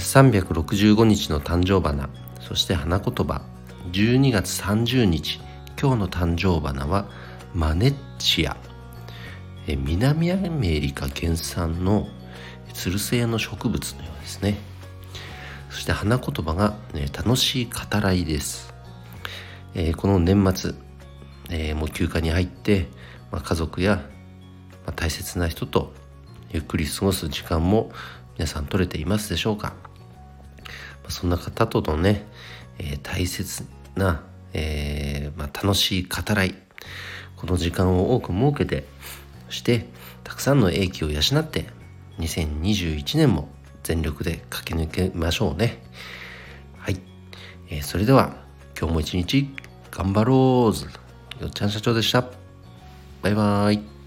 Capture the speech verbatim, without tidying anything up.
さんびゃくろくじゅうごにちの誕生花、そして花言葉、じゅうにがつさんじゅうにち、今日の誕生花はマネッチア。え南アメリカ原産のツル性の植物のようですね。そして花言葉が、ね、楽しい語らいです。えー、この年末、えー、もう休暇に入って、まあ、家族や、まあ、大切な人とゆっくり過ごす時間も皆さん取れていますでしょうか。まあ、そんな方とのね、えー、大切な、えーまあ、楽しい語らい、この時間を多く設けて、そしてたくさんの英気を養ってにせんにじゅういちねんも全力で駆け抜けましょうね。はい、えー、それでは今日も一日頑張ろうず。よっちゃん社長でした。バイバイ。